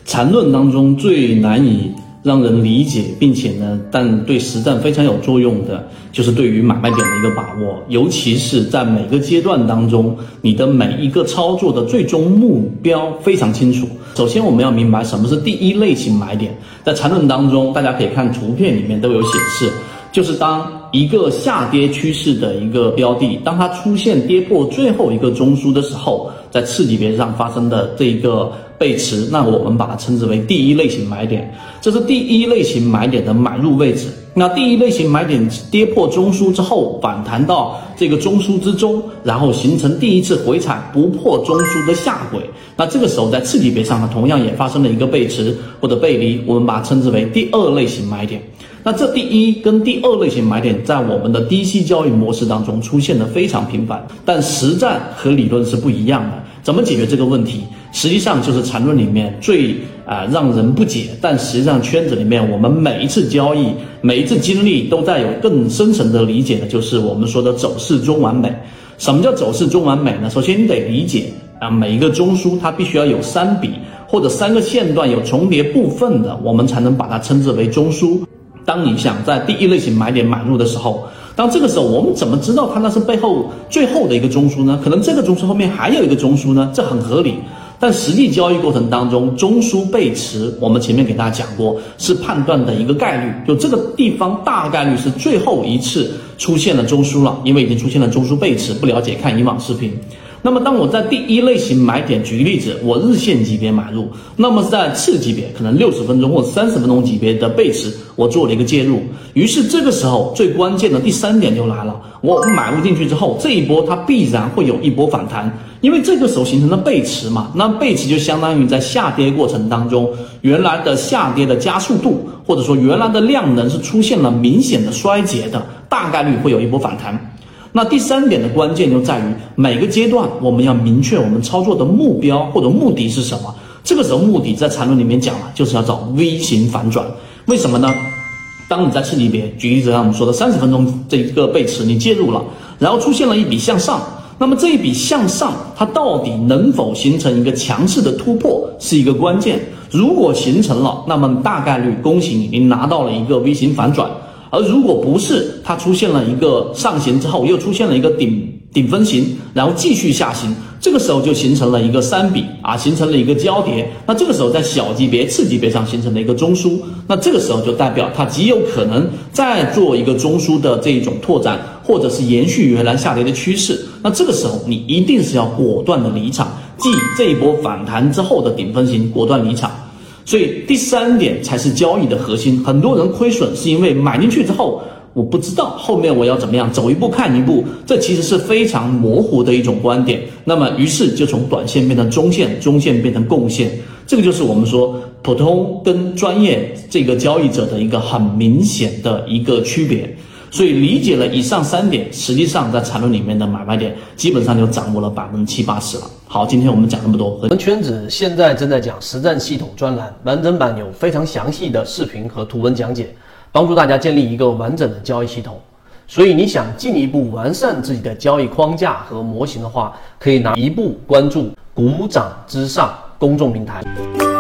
缠论当中最难以让人理解，并且呢，但对实战非常有作用的，就是对于买卖点的一个把握，尤其是在每个阶段当中，你的每一个操作的最终目标非常清楚。首先，我们要明白什么是第一类型买点。在缠论当中，大家可以看图片里面都有显示，就是当一个下跌趋势的一个标的，当它出现跌破最后一个中枢的时候，在次级别上发生的这一个背驰，那我们把它称之为第一类型买点，这是第一类型买点的买入位置。那第一类型买点跌破中枢之后，反弹到这个中枢之中，然后形成第一次回踩不破中枢的下轨，那这个时候在次级别上呢，同样也发生了一个背驰或者背离，我们把它称之为第二类型买点。那这第一跟第二类型买点在我们的低息交易模式当中出现的非常频繁，但实战和理论是不一样的。怎么解决这个问题？实际上就是缠论里面最让人不解，但实际上圈子里面我们每一次交易、每一次经历都在有更深层的理解的，就是我们说的走势中完美。什么叫走势中完美呢？首先你得理解每一个中枢它必须要有3笔或者3个线段有重叠部分的，我们才能把它称之为中枢。当你想在第一类型买点买入的时候，当这个时候我们怎么知道它那是背后最后的一个中枢呢？可能这个中枢后面还有一个中枢呢，这很合理。但实际交易过程当中，中枢背驰，我们前面给大家讲过，是判断的一个概率，就这个地方大概率是最后一次出现了中枢了，因为已经出现了中枢背驰。不了解看以往视频。那么当我在第一类型买点，举个例子，我日线级别买入，那么在次级别可能60分钟或30分钟级别的背驰，我做了一个介入。于是这个时候最关键的第3点就来了，我买入进去之后，这一波它必然会有一波反弹，因为这个时候形成了背驰嘛，那背驰就相当于在下跌过程当中，原来的下跌的加速度，或者说原来的量能是出现了明显的衰竭的，大概率会有一波反弹。那第3点的关键就在于每个阶段我们要明确我们操作的目标或者目的是什么。这个时候目的在缠论里面讲了，就是要找 V 型反转。为什么呢？当你在次级别，举例子像我们说的30分钟这一个背驰你介入了，然后出现了一笔向上，那么这一笔向上它到底能否形成一个强势的突破是一个关键。如果形成了，那么大概率恭喜你拿到了一个 V 型反转。而如果不是，它出现了一个上行之后，又出现了一个顶分型，然后继续下行，这个时候就形成了一个3笔形成了一个交叠。那这个时候在小级别、次级别上形成了一个中枢，那这个时候就代表它极有可能再做一个中枢的这种拓展，或者是延续原来下跌的趋势。那这个时候你一定是要果断的离场，继这一波反弹之后的顶分型果断离场。所以第3点才是交易的核心。很多人亏损是因为买进去之后，我不知道后面我要怎么样，走一步看一步，这其实是非常模糊的一种观点。那么于是就从短线变成中线，中线变成共线，这个就是我们说普通跟专业这个交易者的一个很明显的一个区别。所以理解了以上3点，实际上在缠论里面的买卖点基本上就掌握了70-80%了。好，今天我们讲那么多。 我们圈子现在正在讲实战系统专栏，完整版有非常详细的视频和图文讲解，帮助大家建立一个完整的交易系统。所以你想进一步完善自己的交易框架和模型的话，可以拿一步关注股掌之上公众平台。